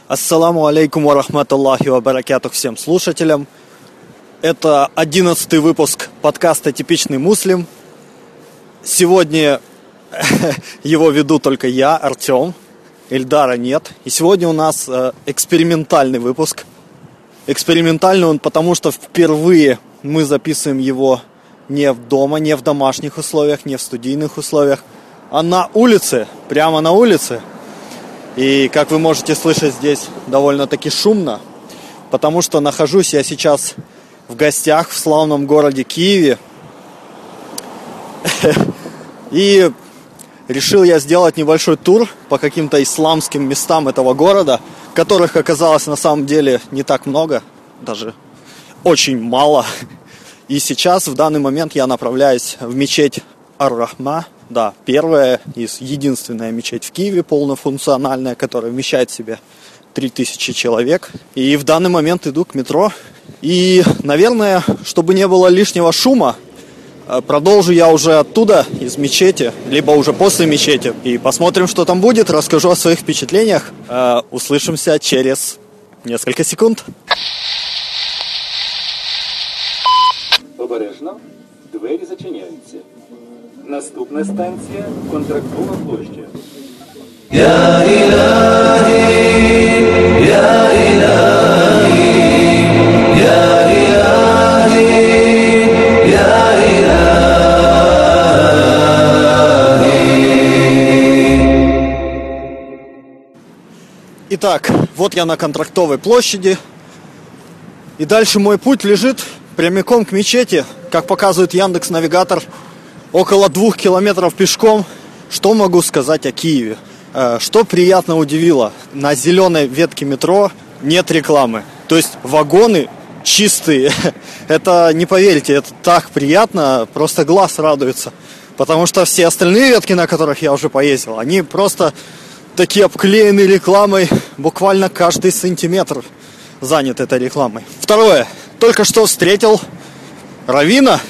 Ассаламу алейкум ва рахматуллахи ва баракатух всем слушателям. Это 11-й выпуск подкаста «Типичный муслим». Сегодня его веду только я, Артем. Эльдара нет. И сегодня у нас экспериментальный выпуск. Экспериментальный он потому, что впервые мы записываем его не дома, не в домашних условиях, не в студийных условиях, а на улице, прямо на улице. И, как вы можете слышать, здесь довольно-таки шумно, потому что нахожусь я сейчас в гостях в славном городе Киеве. И решил я сделать небольшой тур по каким-то исламским местам этого города, которых оказалось на самом деле не так много, даже очень мало. И сейчас, в данный момент, я направляюсь в мечеть Ар-Рахма. Да, первая и единственная мечеть в Киеве, полнофункциональная, которая вмещает в себе 3000 человек. И в данный момент иду к метро. И, наверное, чтобы не было лишнего шума, продолжу я уже оттуда, из мечети, либо уже после мечети. И посмотрим, что там будет, расскажу о своих впечатлениях. Услышимся через несколько секунд. Обережно, двері зачиняються. Наступна станція – Контрактова площа. Я Ілахі, я Ілахі, я Ілахі, я Ілахі. Итак, вот я на Контрактовой площади. И дальше мой путь лежит прямиком к мечети, как показывает Яндекс.Навигатор, около 2 километров пешком. Что могу сказать о Киеве? Что приятно удивило, на зеленой ветке метро нет рекламы. То есть вагоны чистые. Это, не поверите, это так приятно, просто глаз радуется. Потому что все остальные ветки, на которых я уже поездил, они просто такие обклеены рекламой, буквально каждый сантиметр занят этой рекламой. Второе. Только что встретил раввина,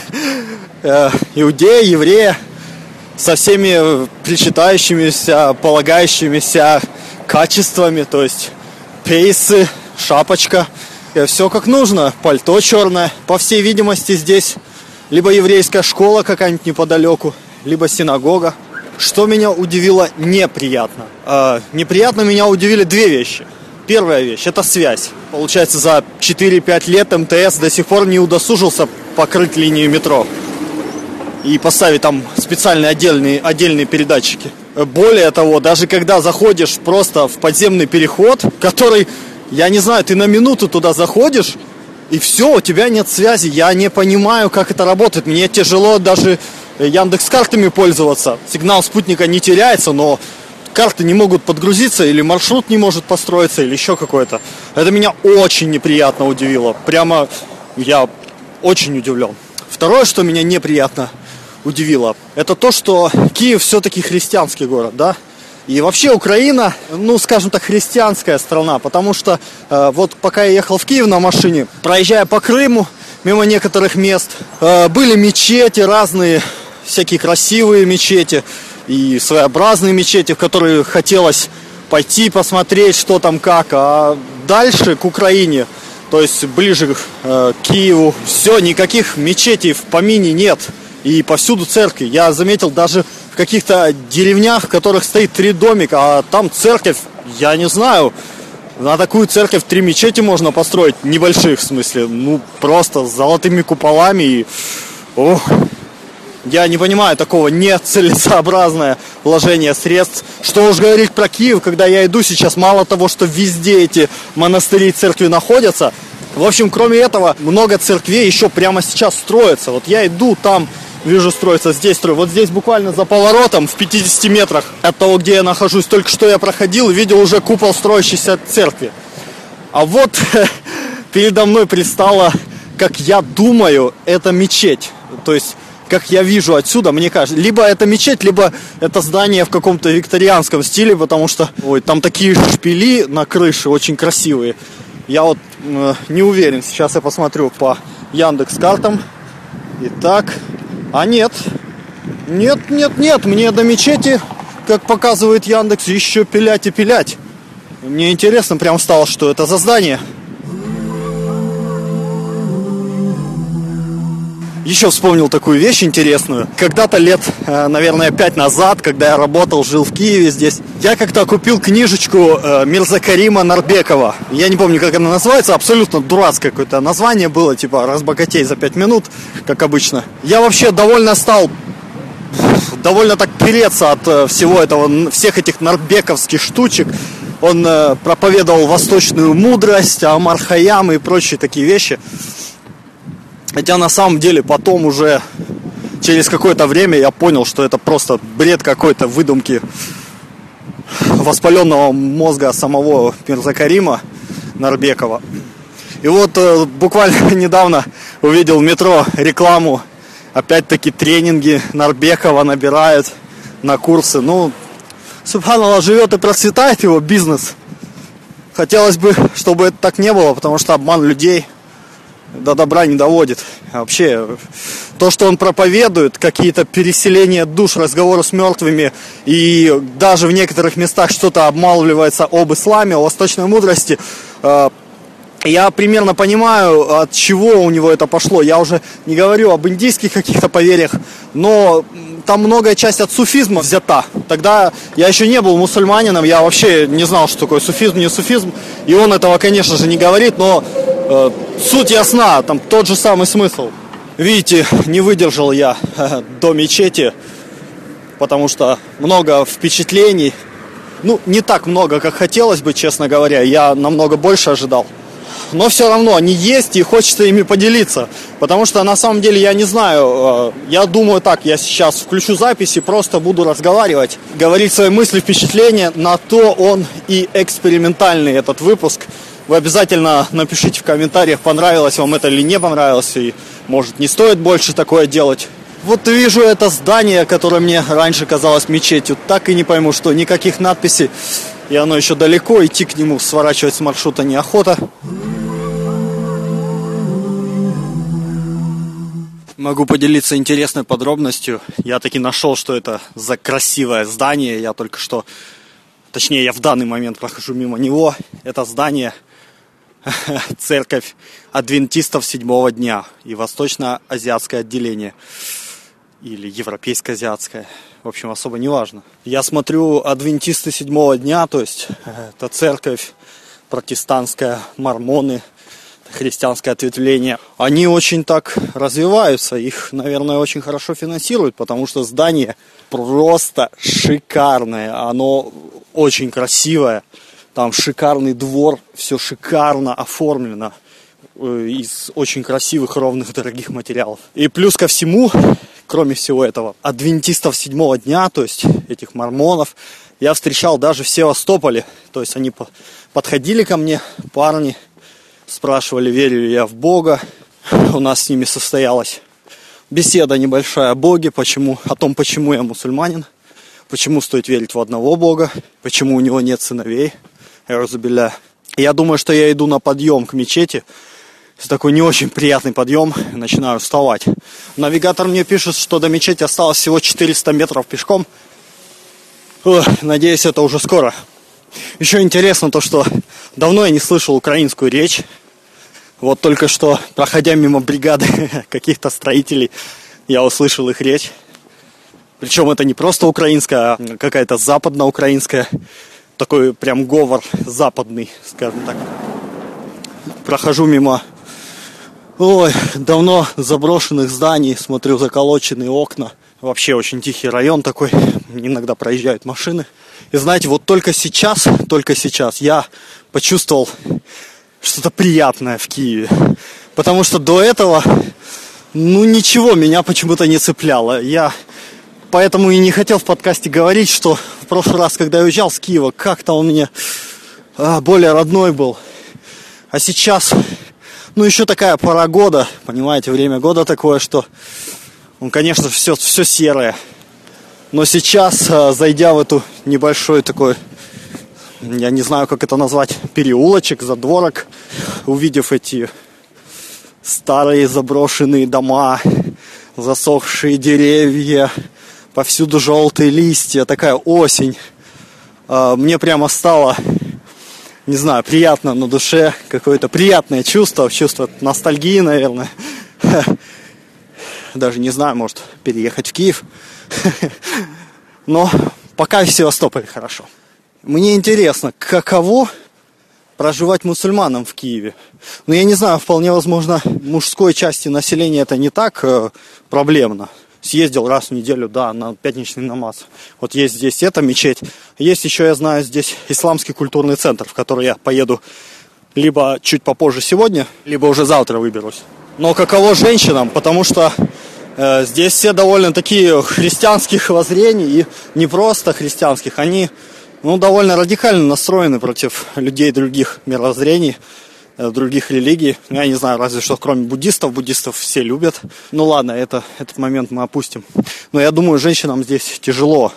иудея, еврея, со всеми причитающимися, полагающимися качествами, то есть пейсы, шапочка, все как нужно, пальто черное. По всей видимости, здесь либо еврейская школа какая-нибудь неподалеку, либо синагога. Что меня удивило неприятно? Неприятно меня удивили две вещи. Первая вещь – это связь. Получается, за 4-5 лет МТС до сих пор не удосужился покрыть линию метро и поставить там специальные отдельные передатчики. Более того, даже когда заходишь просто в подземный переход, который, я не знаю, ты на минуту туда заходишь, и все, у тебя нет связи. Я не понимаю, как это работает. Мне тяжело даже Яндекс.Картами пользоваться. Сигнал спутника не теряется, но карты не могут подгрузиться, или маршрут не может построиться, или еще какое-то. Это меня очень неприятно удивило. Прямо я очень удивлен. Второе, что меня неприятно удивило, это то, что Киев все-таки христианский город, да? И вообще Украина, ну, скажем так, христианская страна, потому что вот пока я ехал в Киев на машине, проезжая по Крыму, мимо некоторых мест, были мечети разные, всякие красивые мечети, и своеобразные мечети, в которые хотелось пойти посмотреть, что там как. А дальше к Украине, то есть ближе к Киеву, все, никаких мечетей в помине нет. И повсюду церкви. Я заметил даже в каких-то деревнях, в которых стоит 3 домика, а там церковь, я не знаю, на такую церковь 3 мечети можно построить, небольших в смысле, ну просто с золотыми куполами и... Ох. Я не понимаю такого нецелесообразное вложение средств. Что уж говорить про Киев, когда я иду сейчас, мало того, что везде эти монастыри и церкви находятся. В общем, кроме этого, много церквей еще прямо сейчас строятся. Вот я иду, там вижу строится, здесь строю. Вот здесь буквально за поворотом, в 50 метрах от того, где я нахожусь, только что я проходил и видел уже купол строящейся церкви. А вот передо мной предстала, как я думаю, это мечеть. То есть... Как я вижу отсюда, мне кажется, либо это мечеть, либо это здание в каком-то викторианском стиле, потому что, ой, там такие шпили на крыше очень красивые. Я вот не уверен, сейчас я посмотрю по Яндекс.Картам. Итак, нет, мне до мечети, как показывает Яндекс, еще пилять и пилять. Мне интересно прям стало, что это за здание. Еще вспомнил такую вещь интересную. Когда-то лет, наверное, 5 назад, когда я работал, жил в Киеве здесь, я как-то купил книжечку Мирзакарима Нарбекова. Я не помню, как она называется, абсолютно дурацкое какое-то название было, типа «Разбогатей за 5 минут», как обычно. Я вообще довольно так переться от всего этого, всех этих нарбековских штучек. Он проповедовал восточную мудрость, Амар Хайям и прочие такие вещи. Хотя на самом деле потом уже через какое-то время я понял, что это просто бред какой-то, выдумки воспаленного мозга самого Мирзакарима Нарбекова. И вот буквально недавно увидел в метро рекламу, опять-таки тренинги Нарбекова набирают на курсы. Ну, субханаллах, живет и процветает его бизнес. Хотелось бы, чтобы это так не было, потому что обман людей до добра не доводит. А вообще, то, что он проповедует, какие-то переселения душ, разговоры с мертвыми, и даже в некоторых местах что-то обмалывается об исламе, о восточной мудрости, я примерно понимаю, от чего у него это пошло. Я уже не говорю об индийских каких-то поверьях, но там многая часть от суфизма взята. Тогда я еще не был мусульманином, я вообще не знал, что такое суфизм, не суфизм. И он этого, конечно же, не говорит, но суть ясна, там тот же самый смысл. Видите, не выдержал я до мечети, потому что много впечатлений. Ну, не так много, как хотелось бы, честно говоря. Я намного больше ожидал. Но все равно они есть, и хочется ими поделиться. Потому что на самом деле я не знаю, я думаю так, я сейчас включу запись и просто буду разговаривать, говорить свои мысли, впечатления, на то он и экспериментальный этот выпуск. Вы обязательно напишите в комментариях, понравилось вам это или не понравилось, и может не стоит больше такое делать. Вот вижу это здание, которое мне раньше казалось мечетью, так и не пойму, что никаких надписей, и оно еще далеко, идти к нему, сворачивать с маршрута неохота. Могу поделиться интересной подробностью. Я таки нашел, что это за красивое здание. Я только что, точнее, я в данный момент прохожу мимо него. Это здание церковь адвентистов седьмого дня и восточно-азиатское отделение. Или европейско-азиатское. В общем, особо не важно. Я смотрю, адвентисты седьмого дня, то есть это церковь протестантская, мормоны, христианское ответвление, они очень так развиваются, их, наверное, очень хорошо финансируют, потому что здание просто шикарное, оно очень красивое, там шикарный двор, все шикарно оформлено из очень красивых, ровных, дорогих материалов. И плюс ко всему, кроме всего этого, адвентистов седьмого дня, то есть этих мормонов, я встречал даже в Севастополе, то есть они подходили ко мне, парни, спрашивали, верю ли я в Бога. У нас с ними состоялась беседа небольшая о Боге, о том, почему я мусульманин, почему стоит верить в одного Бога, почему у него нет сыновей. Я думаю, что я иду на подъем к мечети. Это такой не очень приятный подъем, начинаю вставать. Навигатор мне пишет, что до мечети осталось всего 400 метров пешком. Надеюсь, это уже скоро. Еще интересно то, что давно я не слышал украинскую речь. Вот только что, проходя мимо бригады каких-то строителей, я услышал их речь. Причем это не просто украинская, а какая-то западноукраинская. Такой прям говор западный, скажем так. Прохожу мимо давно заброшенных зданий, смотрю заколоченные окна. Вообще очень тихий район такой, иногда проезжают машины. И знаете, вот только сейчас я почувствовал что-то приятное в Киеве. Потому что до этого, ничего меня почему-то не цепляло. Я поэтому и не хотел в подкасте говорить, что в прошлый раз, когда я уезжал с Киева, как-то он мне более родной был. А сейчас, еще такая пора года, понимаете, время года такое, что, конечно, все серое. Но сейчас, зайдя в эту небольшой такой, я не знаю, как это назвать, переулочек, задворок, увидев эти старые заброшенные дома, засохшие деревья, повсюду желтые листья, такая осень, мне прямо стало не знаю, приятно на душе, какое-то приятное чувство ностальгии, наверное. Даже не знаю, может переехать в Киев. Но пока в Севастополе хорошо. Мне интересно, каково проживать мусульманам в Киеве. Но я не знаю, вполне возможно, мужской части населения это не так проблемно. Съездил раз в неделю, да, на пятничный намаз. Вот есть здесь эта мечеть. Есть еще, я знаю, здесь исламский культурный центр, в который я поеду либо чуть попозже сегодня, либо уже завтра выберусь. Но каково женщинам, потому что здесь все довольно такие христианских воззрений, и не просто христианских, они довольно радикально настроены против людей других мировоззрений, других религий. Я не знаю, разве что кроме буддистов все любят. Ну ладно, этот момент мы опустим. Но я думаю, женщинам здесь тяжело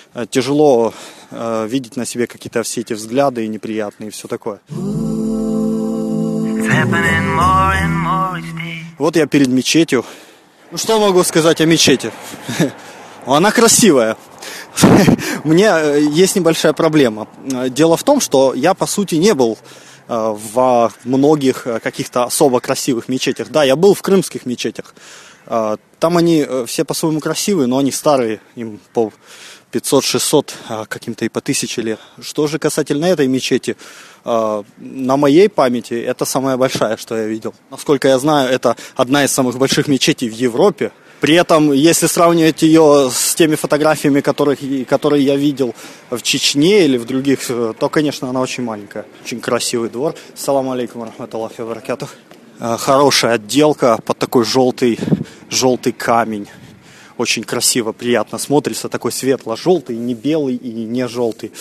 видеть на себе какие-то все эти взгляды и неприятные, и все такое. Вот я перед мечетью. Ну что могу сказать о мечети? Она красивая. Мне есть небольшая проблема. Дело в том, что я, по сути, не был во многих каких-то особо красивых мечетях. Да, я был в крымских мечетях. Там они все по-своему красивые, но они старые, им по 500-600, каким-то и по 1000 лет. Что же касательно этой мечети, на моей памяти это самая большая, что я видел. Насколько я знаю, это одна из самых больших мечетей в Европе. При этом, если сравнивать ее с теми фотографиями, которые я видел в Чечне или в других, то, конечно, она очень маленькая. Очень красивый двор. Ассаламу алейкум рахматуллахи ва баракатух. Хорошая отделка под такой желтый камень. Очень красиво, приятно смотрится. Такой светло-желтый, не белый и не желтый.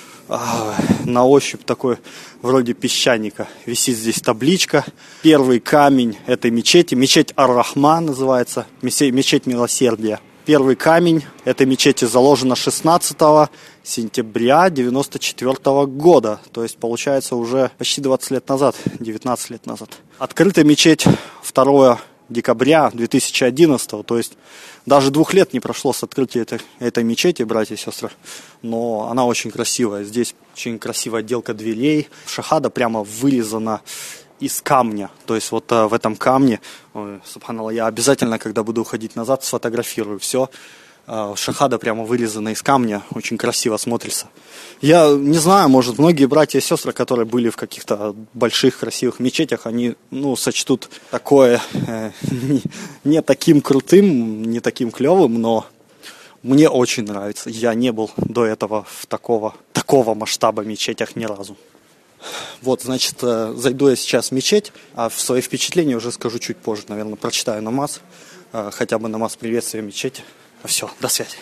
На ощупь такой вроде песчаника. Висит здесь табличка. Первый камень этой мечети. Мечеть Ар-Рахман называется. Мечеть милосердия. Первый камень этой мечети заложено 16 сентября 1994 года. То есть, получается, уже почти 20 лет назад, 19 лет назад. Открыта мечеть 2 декабря 2011. То есть, даже 2 лет не прошло с открытия этой мечети, братья и сестры. Но она очень красивая. Здесь очень красивая отделка дверей. Шахада прямо вырезана из камня. То есть вот в этом камне, субханаллах, я обязательно, когда буду уходить назад, сфотографирую все. Шахада прямо вырезана из камня. Очень красиво смотрится. Я не знаю, может, многие братья и сестры, которые были в каких-то больших красивых мечетях, они, сочтут такое не таким крутым, не таким клевым, но мне очень нравится. Я не был до этого в такого масштаба мечетях ни разу. Вот, значит, зайду я сейчас в мечеть, а в свои впечатления уже скажу чуть позже. Наверное, прочитаю намаз, хотя бы намаз приветствия мечети. Все, до связи.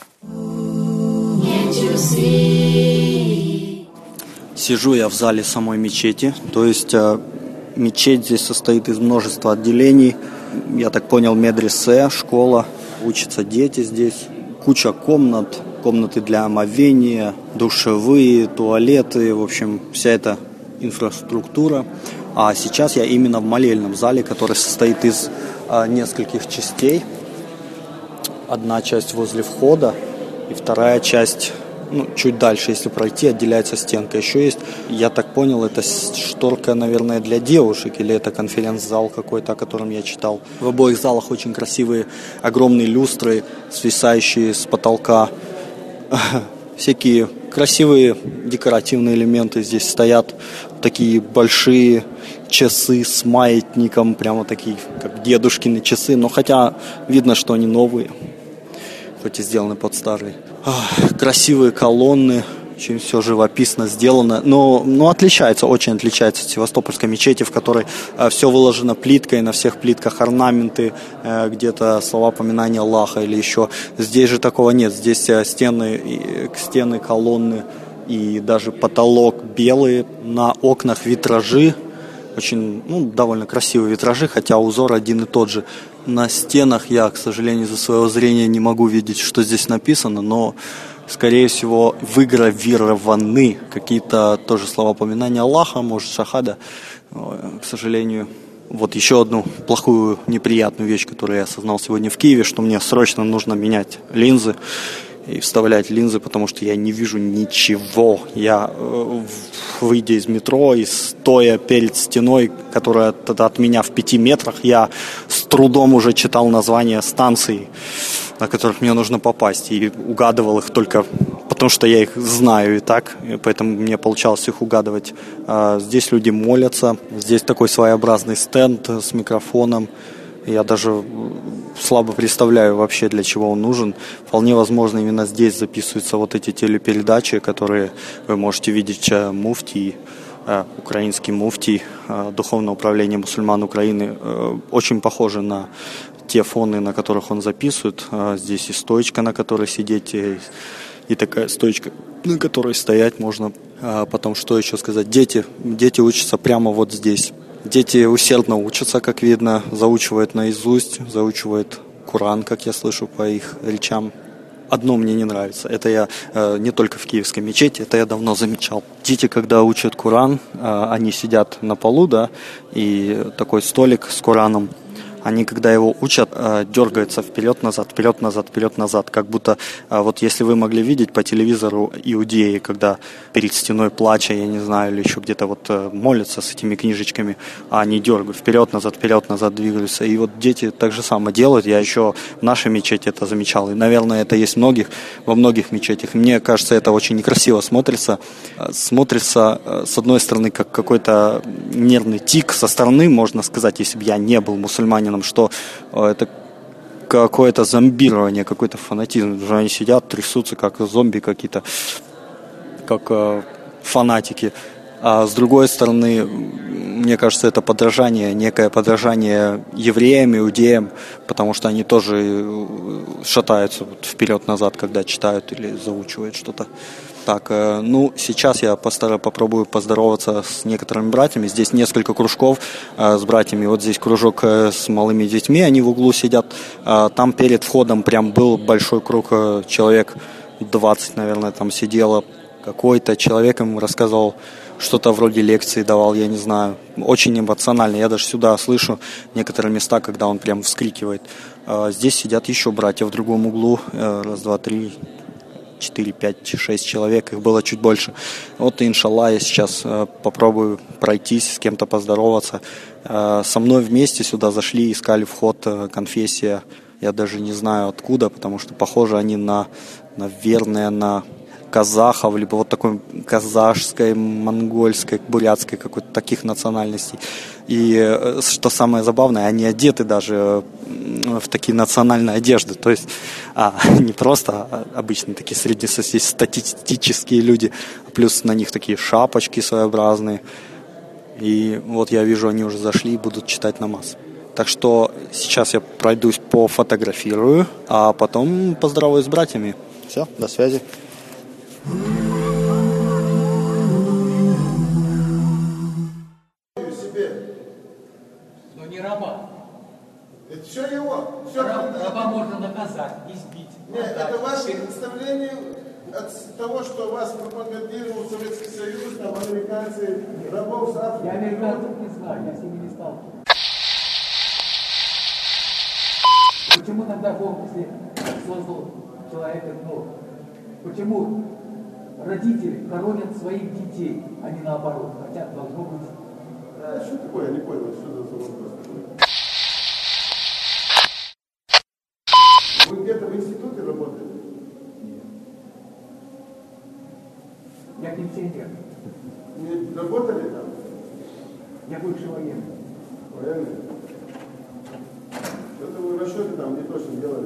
Сижу я в зале самой мечети. То есть мечеть здесь состоит из множества отделений. Я так понял, медресе, школа. Учатся дети здесь. Куча комнат. Комнаты для омовения, душевые, туалеты. В общем, вся эта инфраструктура. А сейчас я именно в молельном зале, который состоит из нескольких частей. Одна часть возле входа и вторая часть, чуть дальше, если пройти, отделяется стенка. Еще есть, я так понял, это шторка, наверное, для девушек, или это конференц-зал какой-то, о котором я читал. В обоих залах очень красивые, огромные люстры, свисающие с потолка. Всякие красивые декоративные элементы здесь стоят. Такие большие часы с маятником, прямо такие, как дедушкины часы. Но хотя видно, что они новые, хоть и сделаны под старые. Красивые колонны, очень все живописно сделано. Но отличается, очень отличается от Севастопольской мечети, в которой все выложено плиткой, на всех плитках орнаменты, где-то слова поминания Аллаха или еще. Здесь же такого нет. Здесь стены, колонны и даже потолок белые, на окнах витражи. Очень, довольно красивые витражи, хотя узор один и тот же. На стенах я, к сожалению, из-за своего зрения не могу видеть, что здесь написано, но, скорее всего, выгравированы какие-то тоже слова поминания Аллаха, может, шахада. К сожалению, вот еще одну плохую, неприятную вещь, которую я осознал сегодня в Киеве, что мне срочно нужно менять линзы и вставлять линзы, потому что я не вижу ничего. Я выйдя из метро и стоя перед стеной, которая тогда от меня в 5 метрах, я с трудом уже читал названия станций, на которых мне нужно попасть, и угадывал их только потому, что я их знаю и так, и поэтому мне получалось их угадывать. Здесь люди молятся, здесь такой своеобразный стенд с микрофоном. Я даже слабо представляю вообще, для чего он нужен. Вполне возможно, именно здесь записываются вот эти телепередачи, которые вы можете видеть. Муфтий, украинский муфтий, Духовное управление мусульман Украины, очень похожи на те фоны, на которых он записывает. Здесь и стоечка, на которой сидеть, и такая стоечка, на которой стоять можно. Потом, что еще сказать? Дети учатся прямо вот здесь. Дети усердно учатся, как видно, заучивают наизусть, заучивают Коран, как я слышу по их речам. Одно мне не нравится, это я не только в Киевской мечети, это я давно замечал. Дети, когда учат Коран, они сидят на полу, да, и такой столик с Кораном. Они, когда его учат, дергаются вперед-назад, вперед-назад, вперед-назад. Как будто, вот если вы могли видеть по телевизору иудеи, когда перед стеной плача, я не знаю, или еще где-то вот молятся с этими книжечками, а они дергают вперед-назад двигаются. И вот дети так же самое делают. Я еще в нашей мечети это замечал. И, наверное, это есть во многих мечетях. Мне кажется, это очень некрасиво смотрится. Смотрится, с одной стороны, как какой-то нервный тик. Со стороны, можно сказать, если бы я не был мусульманином, что это какое-то зомбирование, какой-то фанатизм. Уже они сидят, трясутся, как зомби какие-то, как фанатики. А с другой стороны, мне кажется, это некое подражание евреям, иудеям, потому что они тоже шатаются вперед-назад, когда читают или заучивают что-то. Так, сейчас я попробую поздороваться с некоторыми братьями. Здесь несколько кружков с братьями. Вот здесь кружок с малыми детьми, они в углу сидят. Там перед входом прям был большой круг, человек 20, наверное, там сидело. Какой-то человек ему рассказывал, что-то вроде лекции давал, я не знаю. Очень эмоционально. Я даже сюда слышу некоторые места, когда он прям вскрикивает. Здесь сидят еще братья в другом углу. 1, 2, 3... 4, 5, 6 человек, их было чуть больше. Вот, иншаллах, я сейчас попробую пройтись, с кем-то поздороваться. Со мной вместе сюда зашли, искали вход, конфессия. Я даже не знаю откуда, потому что похожи они наверное, на казахов, либо вот такой казахской, монгольской, бурятской, какой-то таких национальностей. И что самое забавное, они одеты даже в такие национальные одежды, то есть не просто обычные такие среднестатистические люди, плюс на них такие шапочки своеобразные. И вот я вижу, они уже зашли и будут читать намаз. Так что сейчас я пройдусь, пофотографирую, а потом поздороваюсь с братьями. Все, до связи. Но не раба. Это все его. Все раба можно наказать, избить. Нет, это ваше представление от того, что вас пропагандировал Советский Союз, там американцы, рабов с Африки. Я американцев не знаю, я с ними не сталкивался. Почему тогда Бог, если создал человека, почему родители хоронят своих детей, а не наоборот? Хотя должно быть. Что такое? Я не понял, что это за вопрос такой. Вы где-то в институте работали? Нет. Я пенсионер. Не работали там? Я бывший военный. Военный? Что-то вы расчеты там не точно делали.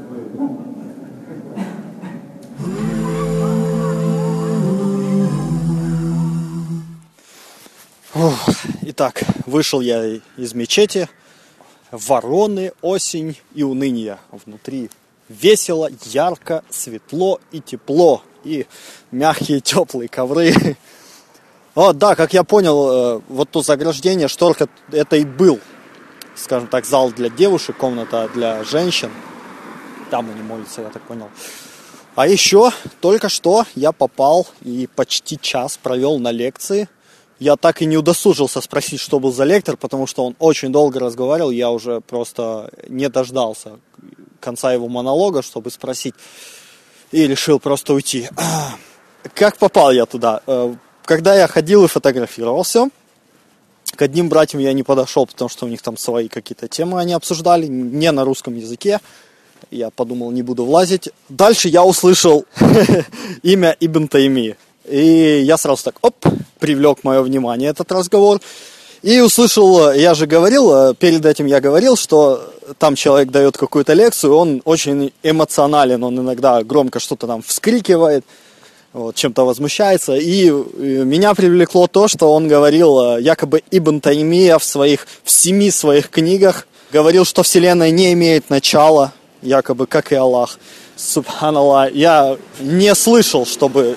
Итак, вышел я из мечети. Вороны, осень и уныние. Внутри весело, ярко, светло и тепло. И мягкие, теплые ковры. Да, как я понял, вот то заграждение, шторка, это и был, скажем так, зал для девушек, комната для женщин. Там они молятся, я так понял. А еще только что я попал и почти час провел на лекции. Я так и не удосужился спросить, что был за лектор, потому что он очень долго разговаривал. Я уже просто не дождался конца его монолога, чтобы спросить. И решил просто уйти. Как попал я туда? когда я ходил и фотографировал все, к одним братьям я не подошел, потому что у них там свои какие-то темы они обсуждали, не на русском языке. Я подумал, не буду влазить. Дальше я услышал имя Ибн Тайми. И я сразу так, привлек мое внимание этот разговор. И услышал, я же говорил, перед этим я говорил, что там человек дает какую-то лекцию, он очень эмоционален, он иногда громко что-то там вскрикивает, вот, чем-то возмущается. И меня привлекло то, что он говорил, якобы Ибн Таймия в 7 своих книгах говорил, что Вселенная не имеет начала, якобы как и Аллах. Субханаллах. Я не слышал, чтобы...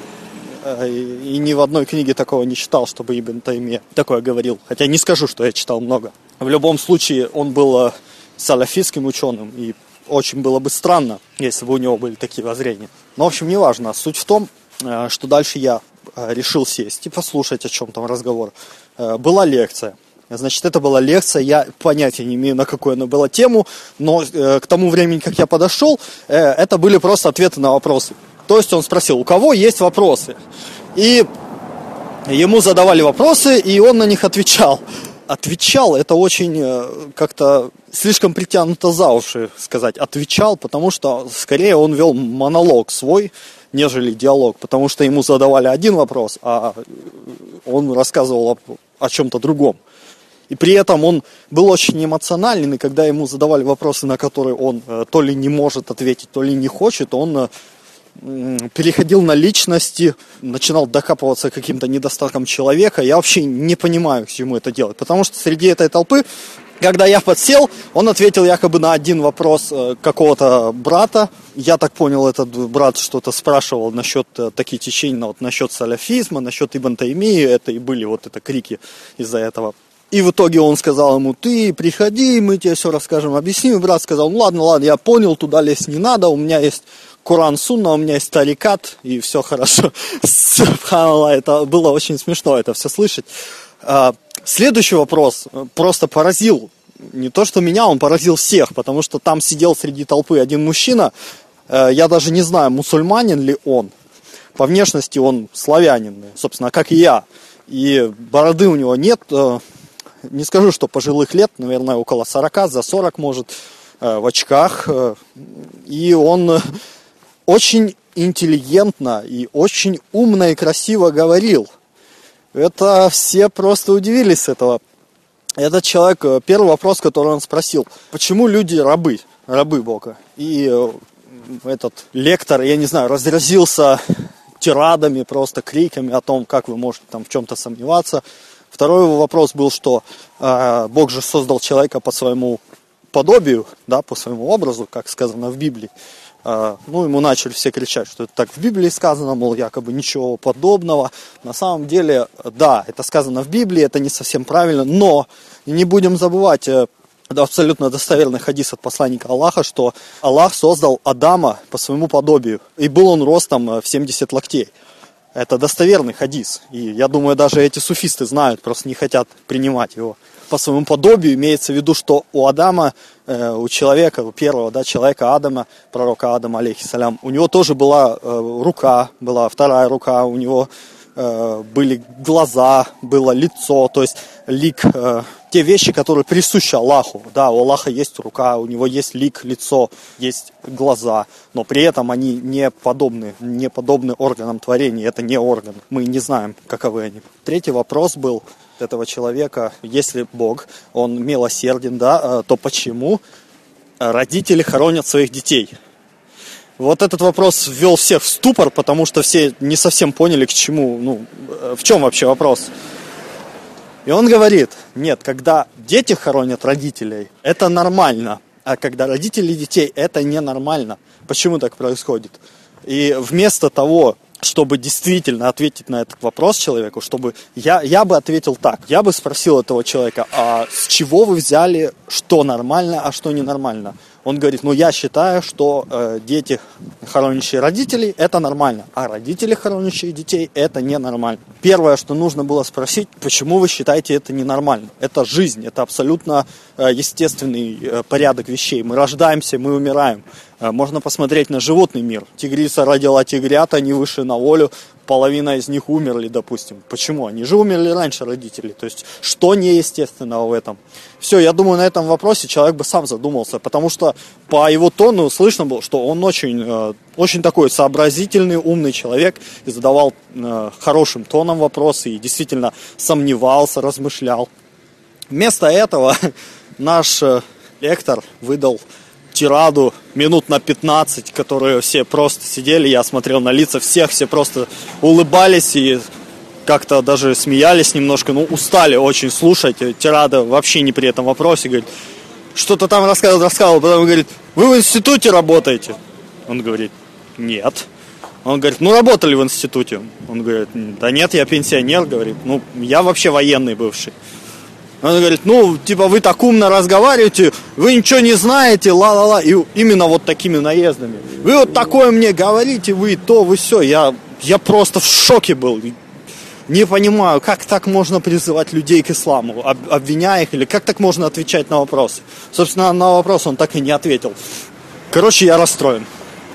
И ни в одной книге такого не читал, чтобы Ибн Таймия такое говорил. Хотя не скажу, что я читал много. В любом случае, он был салафитским ученым. И очень было бы странно, если бы у него были такие воззрения. Но, в общем, не важно. Суть в том, что дальше я решил сесть и послушать, о чем там разговор. Была лекция. Значит, это была лекция, я понятия не имею, на какую она была тему. Но к тому времени, как я подошел, это были просто ответы на вопросы. То есть он спросил, у кого есть вопросы? И ему задавали вопросы, и он на них отвечал. Отвечал, это очень как-то слишком притянуто за уши сказать. Отвечал, потому что скорее он вел монолог свой, нежели диалог. Потому что ему задавали один вопрос, а он рассказывал о чем-то другом. И при этом он был очень эмоционален, и когда ему задавали вопросы, на которые он то ли не может ответить, то ли не хочет, он... переходил на личности, начинал докапываться к каким-то недостаткам человека. Я вообще не понимаю, к чему это делать. Потому что среди этой толпы, когда я подсел, он ответил якобы на один вопрос какого-то брата. Я так понял, этот брат что-то спрашивал насчет таких течений, вот, насчет салафизма, насчет Ибн Таймии. Это и были вот это крики из-за этого. И в итоге он сказал ему, ты приходи, мы тебе все расскажем, объясним. И брат сказал, ну ладно, я понял, туда лезть не надо, у меня есть Коран Сунна, у меня есть тарикат, и все хорошо. Это было очень смешно это все слышать. Следующий вопрос просто поразил, не то что меня, он поразил всех, потому что там сидел среди толпы один мужчина, я даже не знаю, мусульманин ли он, по внешности он славянин, собственно, как и я, и бороды у него нет, не скажу, что пожилых лет, наверное, около 40, за 40 может, в очках, и он... очень интеллигентно и очень умно и красиво говорил. Это все просто удивились с этого. Этот человек, первый вопрос, который он спросил, почему люди рабы Бога? И этот лектор, я не знаю, разразился тирадами, просто криками о том, как вы можете там в чем-то сомневаться. Второй вопрос был, что Бог же создал человека по своему подобию, да, по своему образу, как сказано в Библии. Ну, ему начали все кричать, что это так в Библии сказано, мол, якобы ничего подобного. На самом деле, да, это сказано в Библии, это не совсем правильно, но не будем забывать абсолютно достоверный хадис от посланника Аллаха, что Аллах создал Адама по своему подобию, и был он ростом в 70 локтей. Это достоверный хадис, и я думаю, даже эти суфисты знают, просто не хотят принимать его. По своему подобию имеется в виду, что у Адама, у человека, у первого, да, человека Адама, пророка Адама, алейхиссалям, у него тоже была рука, была вторая рука, у него были глаза, было лицо, то есть лик, те вещи, которые присущи Аллаху. Да, у Аллаха есть рука, у него есть лик, лицо, есть глаза, но при этом они не подобны органам творения, это не орган, мы не знаем, каковы они. Третий вопрос был этого человека, если Бог, он милосерден, да, то почему родители хоронят своих детей? Вот этот вопрос ввел всех в ступор, потому что все не совсем поняли, к чему, в чем вообще вопрос. И он говорит, нет, когда дети хоронят родителей, это нормально, а когда родители детей, это ненормально. Почему так происходит? И вместо того, чтобы действительно ответить на этот вопрос человеку, чтобы я бы ответил так. Я бы спросил этого человека, а с чего вы взяли, что нормально, а что ненормально? Он говорит, я считаю, что дети, хоронящие родителей, это нормально, а родители, хоронящие детей, это ненормально. Первое, что нужно было спросить, почему вы считаете это ненормально? Это жизнь, это абсолютно естественный порядок вещей. Мы рождаемся, мы умираем. Можно посмотреть на животный мир. Тигрица родила тигрят, они вышли на волю, половина из них умерли, допустим. Почему? Они же умерли раньше родителей. То есть, что неестественного в этом? Все, я думаю, на этом вопросе человек бы сам задумался, потому что по его тону слышно было, что он очень такой сообразительный, умный человек и задавал хорошим тоном вопросы и действительно сомневался, размышлял. Вместо этого наш лектор выдал тираду минут на 15, которые все просто сидели, я смотрел на лица всех, все просто улыбались и как-то даже смеялись немножко, устали очень слушать. Тирада вообще не при этом вопросе, говорит, что-то там рассказывал, потом говорит, вы в институте работаете? Он говорит, нет. Он говорит, работали в институте? Он говорит, да нет, я пенсионер, говорит, я вообще военный бывший. Он говорит, вы так умно разговариваете, вы ничего не знаете, ла-ла-ла. И именно вот такими наездами. Вы вот такое мне говорите, вы то, вы все. Я просто в шоке был. Не понимаю, как так можно призывать людей к исламу, обвиняя их, или как так можно отвечать на вопросы. Собственно, на вопрос он так и не ответил. Короче, я расстроен.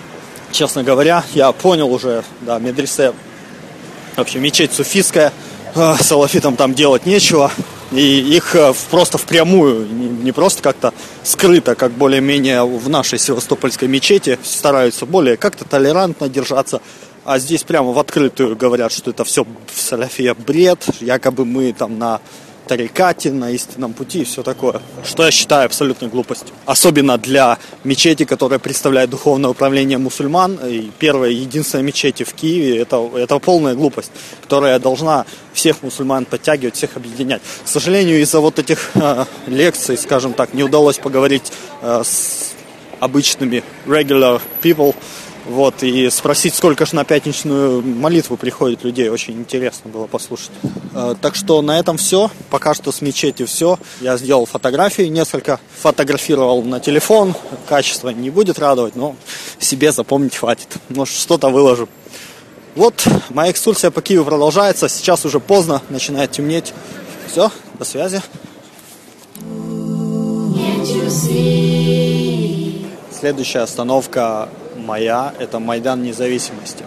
Честно говоря, я понял уже, да, медресе, вообще мечеть суфийская, салафитам там делать нечего. И их просто впрямую, не просто как-то скрыто, как более-менее в нашей севастопольской мечети, стараются более как-то толерантно держаться. А здесь прямо в открытую говорят, что это все салафия бред, якобы мы там на тарикате, на истинном пути и все такое. Что я считаю абсолютной глупостью. Особенно для мечети, которая представляет духовное управление мусульман. И первая и единственная мечеть в Киеве, это полная глупость, которая должна всех мусульман подтягивать, всех объединять. К сожалению, из-за вот этих лекций, скажем так, не удалось поговорить с обычными regular people, и спросить, сколько же на пятничную молитву приходит людей, очень интересно было послушать. Так что на этом все, пока что с мечетью все. Я сделал фотографии, несколько фотографировал на телефон, качество не будет радовать, но себе запомнить хватит, может что-то выложу. Вот, моя экскурсия по Киеву продолжается, сейчас уже поздно, начинает темнеть. Все, до связи. Следующая остановка моя, это Майдан Независимости.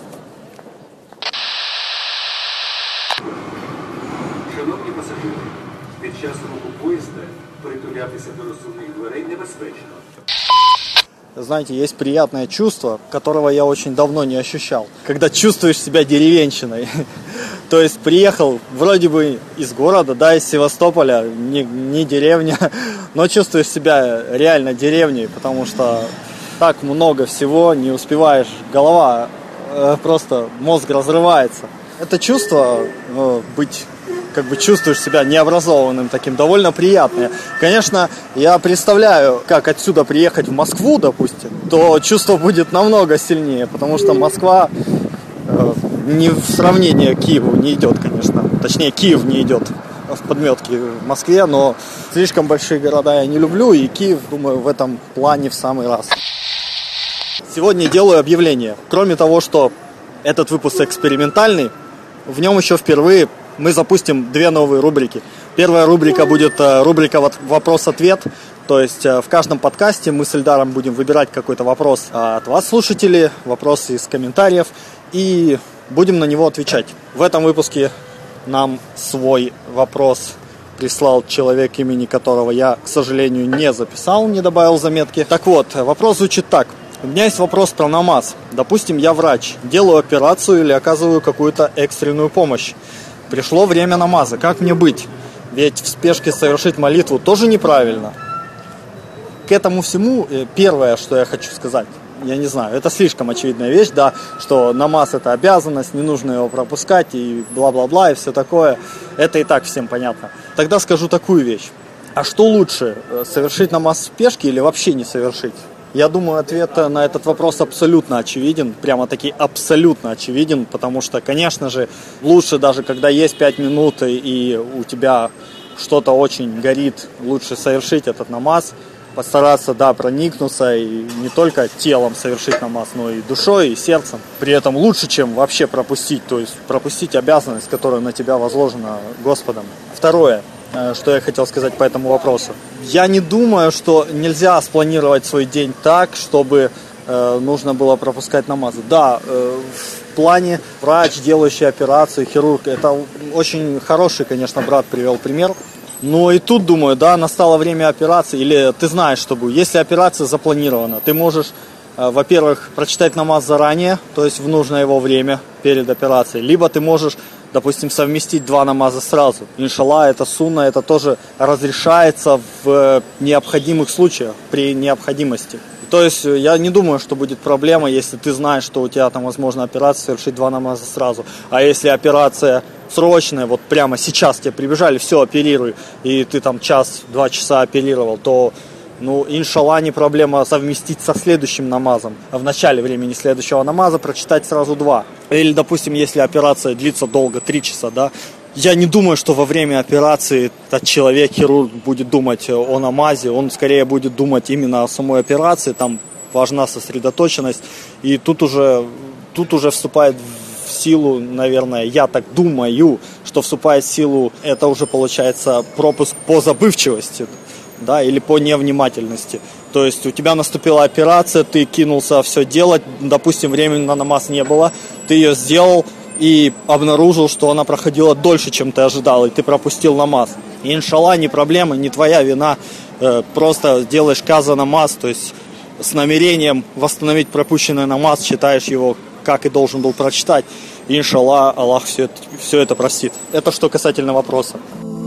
Шановні пасажири, під час руху поїзда притулятися до розсувних дверей небезпечно. Знаете, есть приятное чувство, которого я очень давно не ощущал. Когда чувствуешь себя деревенщиной. То есть приехал вроде бы из города, да, из Севастополя, не деревня, но чувствуешь себя реально деревней, потому что так много всего, не успеваешь, голова, просто мозг разрывается. Это чувство, быть, чувствуешь себя необразованным таким, довольно приятное. Конечно, я представляю, как отсюда приехать в Москву, допустим, то чувство будет намного сильнее, потому что Москва не в сравнении к Киеву не идет, конечно. Точнее, Киев не идет в подметке в Москве, но слишком большие города я не люблю, и Киев, думаю, в этом плане в самый раз. Сегодня делаю объявление. Кроме того, что этот выпуск экспериментальный, в нем еще впервые мы запустим 2 новые рубрики. Первая рубрика будет рубрика «Вопрос-ответ». То есть в каждом подкасте мы с Эльдаром будем выбирать какой-то вопрос от вас, слушателей, вопросы из комментариев, и будем на него отвечать. В этом выпуске нам свой вопрос прислал человек, имени которого я, к сожалению, не записал, не добавил заметки. Так вот, вопрос звучит так. У меня есть вопрос про намаз. Допустим, я врач, делаю операцию или оказываю какую-то экстренную помощь. Пришло время намаза. Как мне быть? Ведь в спешке совершить молитву тоже неправильно. К этому всему первое, что я хочу сказать, я не знаю, это слишком очевидная вещь, да, что намаз это обязанность, не нужно его пропускать и бла-бла-бла и все такое. Это и так всем понятно. Тогда скажу такую вещь. А что лучше, совершить намаз в спешке или вообще не совершить? Я думаю, ответ на этот вопрос абсолютно очевиден, прямо-таки абсолютно очевиден, потому что, конечно же, лучше даже, когда есть 5 минут и у тебя что-то очень горит, лучше совершить этот намаз, постараться, да, проникнуться и не только телом совершить намаз, но и душой, и сердцем. При этом лучше, чем вообще пропустить, то есть пропустить обязанность, которая на тебя возложена Господом. Второе. что я хотел сказать по этому вопросу. Я не думаю, что нельзя спланировать свой день так, чтобы нужно было пропускать намазы. Да, в плане врач, делающий операцию, хирург, это очень хороший, конечно, брат привел пример. Но и тут, думаю, да, настало время операции, или ты знаешь, что будет. Если операция запланирована, ты можешь, во-первых, прочитать намаз заранее, то есть в нужное его время перед операцией, либо ты можешь, допустим, совместить два намаза сразу. Иншаллах, это сунна, это тоже разрешается в необходимых случаях, при необходимости. То есть я не думаю, что будет проблема, если ты знаешь, что у тебя там возможно операция, совершить два намаза сразу. А если операция срочная, вот прямо сейчас тебе прибежали, все, оперируй, и ты там час-два часа оперировал, то, иншаллах, не проблема совместить со следующим намазом. В начале времени следующего намаза прочитать сразу два. Или, допустим, если операция длится долго, 3 часа, да, я не думаю, что во время операции этот человек, хирург, будет думать о намазе, он скорее будет думать именно о самой операции, там важна сосредоточенность, и тут уже вступает в силу, наверное, я так думаю, что вступает в силу, это уже получается пропуск по забывчивости, да, или по невнимательности. То есть у тебя наступила операция, ты кинулся все делать, допустим, времени на намаз не было, ты ее сделал, и обнаружил, что она проходила дольше, чем ты ожидал, и ты пропустил намаз. И, иншаллах, не проблема, не твоя вина, просто делаешь каза намаз, то есть с намерением восстановить пропущенный намаз, читаешь его, как и должен был прочитать, и, иншаллах, Аллах все это простит. Это что касательно вопроса.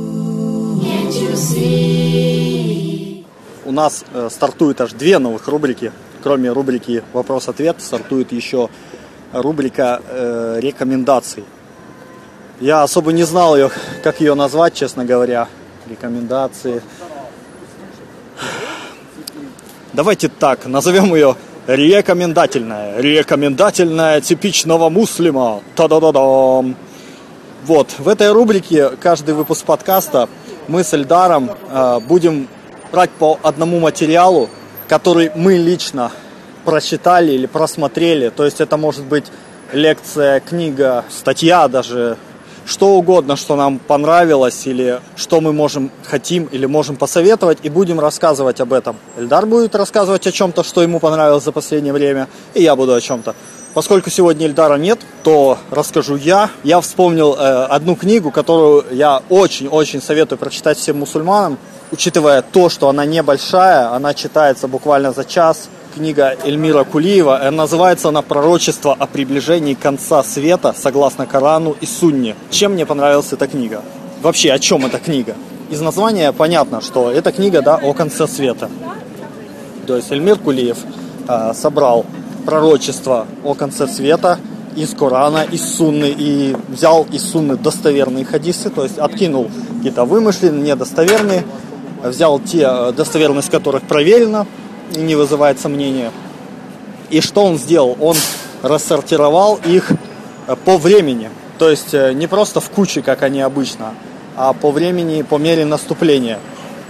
У нас стартует аж 2 новых рубрики, кроме рубрики «Вопрос-ответ», стартует еще рубрика рекомендаций. Я особо не знал ее, как ее назвать, честно говоря. Рекомендации. Давайте так, назовем ее рекомендательная. Рекомендательная типичного муслима. Та-да-да-дам. Вот, в этой рубрике каждый выпуск подкаста мы с Эльдаром будем брать по одному материалу, который мы лично прочитали или просмотрели, то есть это может быть лекция, книга, статья даже, что угодно, что нам понравилось или что мы хотим или можем посоветовать, и будем рассказывать об этом. Эльдар будет рассказывать о чем-то, что ему понравилось за последнее время, и я буду о чем-то. Поскольку сегодня Эльдара нет, то расскажу я. Я вспомнил одну книгу, которую я очень-очень советую прочитать всем мусульманам, учитывая то, что она небольшая, она читается буквально за час. Книга Эльмира Кулиева, называется она «Пророчество о приближении конца света согласно Корану и Сунне». Чем мне понравилась эта книга? Вообще, о чем эта книга? Из названия понятно, что эта книга, да, о конце света. То есть Эльмир Кулиев собрал пророчество о конце света из Корана, из Сунны, и взял из Сунны достоверные хадисы, то есть откинул какие-то вымышленные, недостоверные, взял те, достоверность которых проверена, и не вызывает сомнения. И что он сделал? Он рассортировал их по времени. То есть не просто в куче, как они обычно, а по времени, по мере наступления.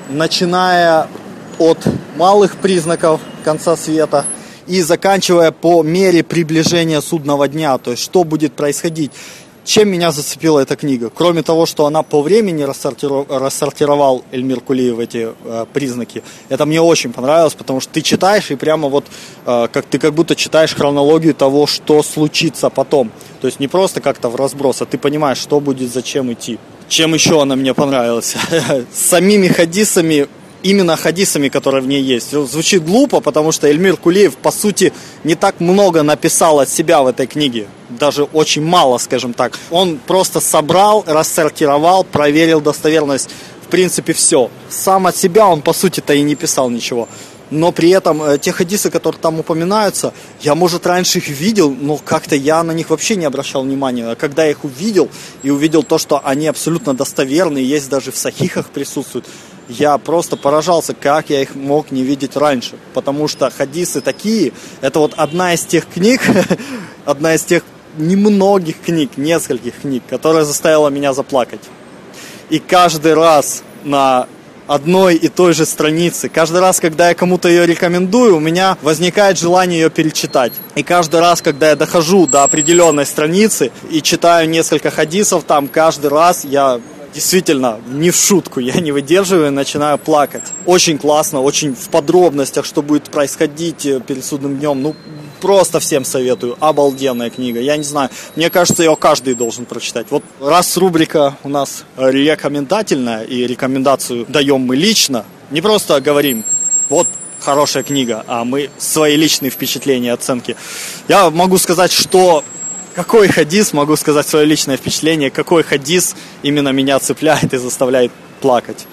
Начиная от малых признаков конца света и заканчивая по мере приближения судного дня. То есть что будет происходить. Чем меня зацепила эта книга? Кроме того, что она по времени рассортировал Эльмир Кулиев эти признаки, это мне очень понравилось, потому что ты читаешь и прямо вот как будто читаешь хронологию того, что случится потом. То есть не просто как-то в разброс, а ты понимаешь, что будет, зачем идти. Чем еще она мне понравилась? Самими хадисами, именно хадисами, которые в ней есть. Звучит глупо, потому что Эльмир Кулиев, по сути, не так много написал от себя в этой книге. Даже очень мало, скажем так. Он просто собрал, рассортировал, проверил достоверность. В принципе, все. Сам от себя он, по сути-то, и не писал ничего. Но при этом те хадисы, которые там упоминаются, я, может, раньше их видел, но как-то я на них вообще не обращал внимания. А когда я их увидел, и увидел то, что они абсолютно достоверные, есть даже в сахихах присутствуют, я просто поражался, как я их мог не видеть раньше. Потому что хадисы такие, это вот одна из тех книг, одна из тех немногих книг, нескольких книг, которая заставила меня заплакать. И каждый раз на одной и той же странице, каждый раз, когда я кому-то ее рекомендую, у меня возникает желание ее перечитать. И каждый раз, когда я дохожу до определенной страницы и читаю несколько хадисов, там каждый раз я действительно, не в шутку, я не выдерживаю и начинаю плакать. Очень классно, очень в подробностях, что будет происходить перед судным днем. Ну, просто всем советую. Обалденная книга. Я не знаю, мне кажется, ее каждый должен прочитать. Вот раз рубрика у нас рекомендательная, и рекомендацию даем мы лично, не просто говорим, вот хорошая книга, а мы свои личные впечатления, оценки. Я могу сказать, что какой хадис, могу сказать свое личное впечатление, какой хадис именно меня цепляет и заставляет плакать.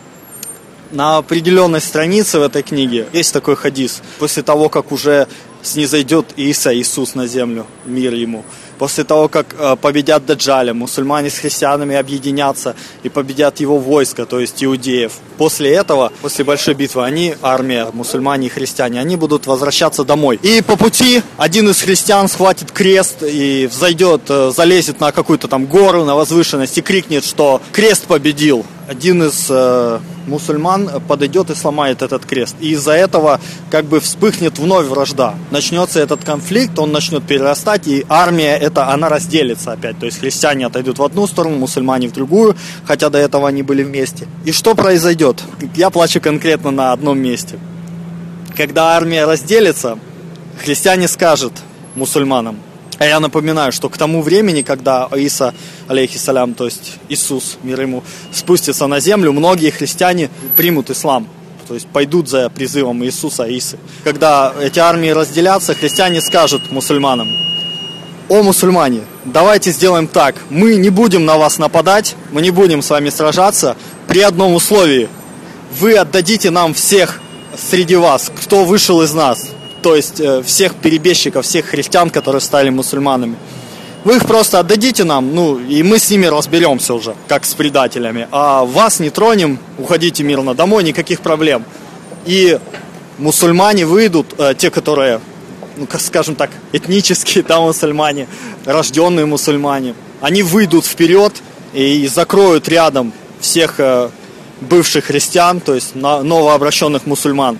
На определенной странице в этой книге есть такой хадис. После того, как уже снизойдет Иисус на землю, мир ему. После того, как победят Даджаля, мусульмане с христианами объединятся и победят его войско, то есть иудеев. После этого, после большой битвы, они, армия, мусульмане и христиане, они будут возвращаться домой. И по пути один из христиан схватит крест и взойдет, залезет на какую-то там гору, на возвышенность и крикнет, что крест победил. Один из мусульман подойдет и сломает этот крест. И из-за этого как бы вспыхнет вновь вражда. Начнется этот конфликт, он начнет перерастать, и армия эта, она разделится опять. То есть христиане отойдут в одну сторону, мусульмане в другую, хотя до этого они были вместе. И что произойдет? Я плачу конкретно на одном месте. Когда армия разделится, христиане скажут мусульманам. А я напоминаю, что к тому времени, когда Иса, алейхиссалям, то есть Иисус, мир ему, спустится на землю, многие христиане примут ислам. То есть пойдут за призывом Иисуса, Исы. Когда эти армии разделятся, христиане скажут мусульманам: о, мусульмане, давайте сделаем так. Мы не будем на вас нападать, мы не будем с вами сражаться при одном условии. Вы отдадите нам всех среди вас, кто вышел из нас. То есть всех перебежчиков, всех христиан, которые стали мусульманами. Вы их просто отдадите нам, и мы с ними разберемся уже, как с предателями. А вас не тронем, уходите мирно домой, никаких проблем. И мусульмане выйдут, те, которые, скажем так, этнические, мусульмане, рожденные мусульмане, они выйдут вперед и закроют рядом всех бывших христиан, то есть новообращенных мусульман.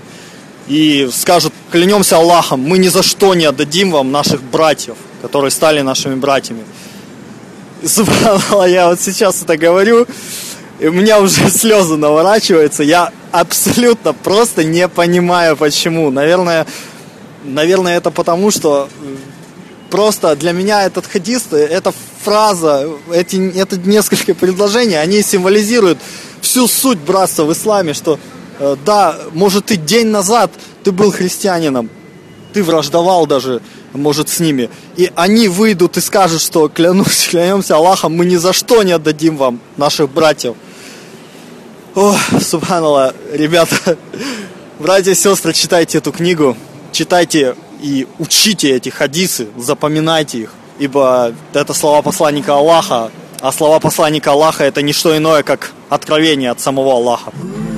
И скажут: клянемся Аллахом, мы ни за что не отдадим вам наших братьев, которые стали нашими братьями. Субханаллах, я вот сейчас это говорю, и у меня уже слезы наворачиваются. Я абсолютно просто не понимаю, почему. Наверное, это потому, что просто для меня этот хадис, эта фраза, это несколько предложений, они символизируют всю суть братства в исламе, что да, может, ты день назад ты был христианином, ты враждовал даже, может, с ними, и они выйдут и скажут, что клянемся Аллахом, мы ни за что не отдадим вам наших братьев. О, субханаллах, ребята, братья и сестры, читайте эту книгу, читайте и учите эти хадисы, запоминайте их, ибо это слова посланника Аллаха, а слова посланника Аллаха — это не что иное, как откровение от самого Аллаха.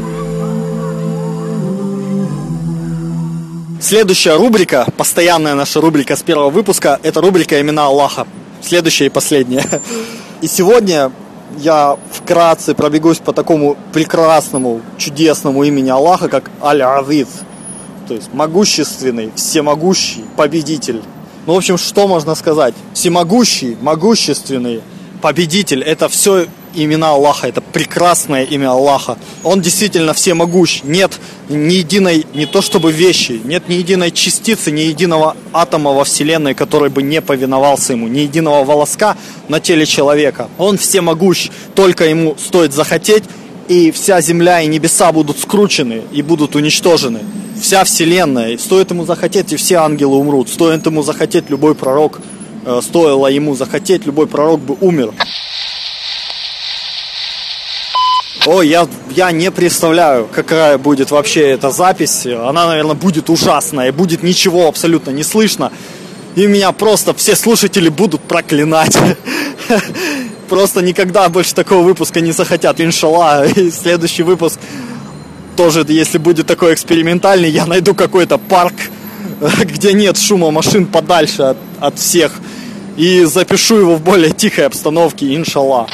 Следующая рубрика, постоянная наша рубрика с первого выпуска, это рубрика «Имена Аллаха». Следующая и последняя. И сегодня я вкратце пробегусь по такому прекрасному, чудесному имени Аллаха, как Аль-Азиз. То есть могущественный, всемогущий, победитель. В общем, что можно сказать? Всемогущий, могущественный, победитель – это все имена Аллаха, это прекрасное имя Аллаха. Он действительно всемогущ. Нет ни единой, не то чтобы вещи, нет ни единой частицы, ни единого атома во Вселенной, который бы не повиновался ему, ни единого волоска на теле человека. Он всемогущ, только ему стоит захотеть, и вся земля и небеса будут скручены и будут уничтожены. Вся Вселенная, стоит ему захотеть, и все ангелы умрут. Стоит ему захотеть, любой пророк, стоило ему захотеть, любой пророк бы умер. Ой, я не представляю, какая будет вообще эта запись. Она, наверное, будет ужасная, будет ничего абсолютно не слышно. И меня просто все слушатели будут проклинать. Просто никогда больше такого выпуска не захотят, иншаллах. И следующий выпуск тоже, если будет такой экспериментальный, я найду какой-то парк, где нет шума машин, подальше от всех. И запишу его в более тихой обстановке, иншаллах.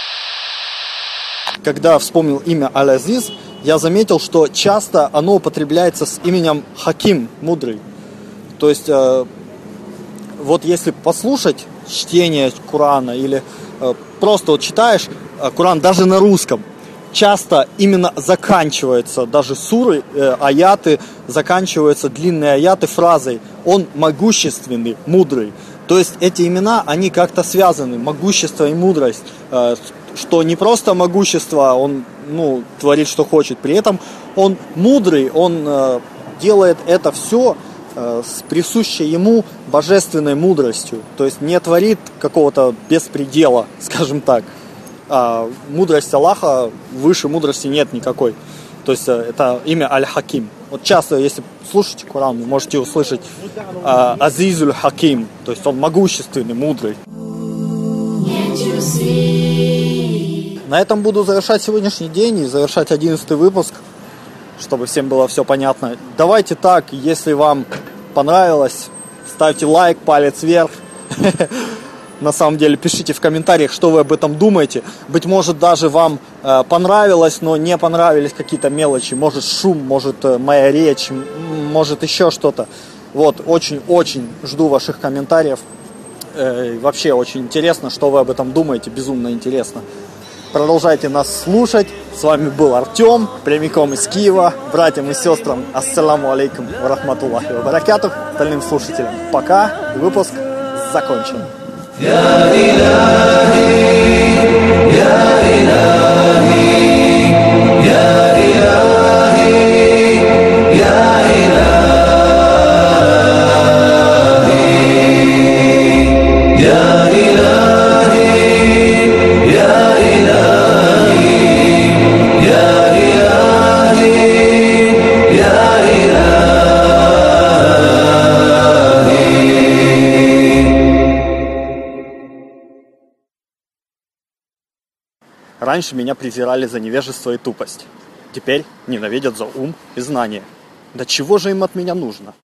Когда вспомнил имя Аль-Азиз, я заметил, что часто оно употребляется с именем Хаким, мудрый. То есть, вот если послушать чтение Корана или просто вот читаешь, Коран даже на русском часто именно заканчивается, даже суры, аяты, заканчиваются длинные аяты фразой «Он могущественный, мудрый». То есть эти имена, они как-то связаны, могущество и мудрость, что не просто могущество, он творит, что хочет, при этом он мудрый, он делает это все с присущей ему божественной мудростью, то есть не творит какого-то беспредела, скажем так. А мудрость Аллаха, выше мудрости нет никакой. То есть это имя Аль-Хаким. Вот часто, если слушаете Коран, вы можете услышать Азизуль Хаким, то есть он могущественный, мудрый. На этом буду завершать сегодняшний день и завершать 11-й выпуск, чтобы всем было все понятно. Давайте так, если вам понравилось, ставьте лайк, палец вверх. На самом деле, пишите в комментариях, что вы об этом думаете. Быть может, даже вам понравилось, но не понравились какие-то мелочи. Может, шум, может, моя речь, может, еще что-то. Вот, очень-очень жду ваших комментариев. Вообще, очень интересно, что вы об этом думаете. Безумно интересно. Продолжайте нас слушать. С вами был Артем, прямиком из Киева. Братьям и сестрам, ассаламу алейкум ва рахматуллахи ва баракатух. Остальным слушателям пока. Выпуск закончен. يا إلهي يا إلهي يا إلهي يا إلهي يا إلهي يا إلهي يا إلهي يا Раньше меня презирали за невежество и тупость. Теперь ненавидят за ум и знание. Да чего же им от меня нужно?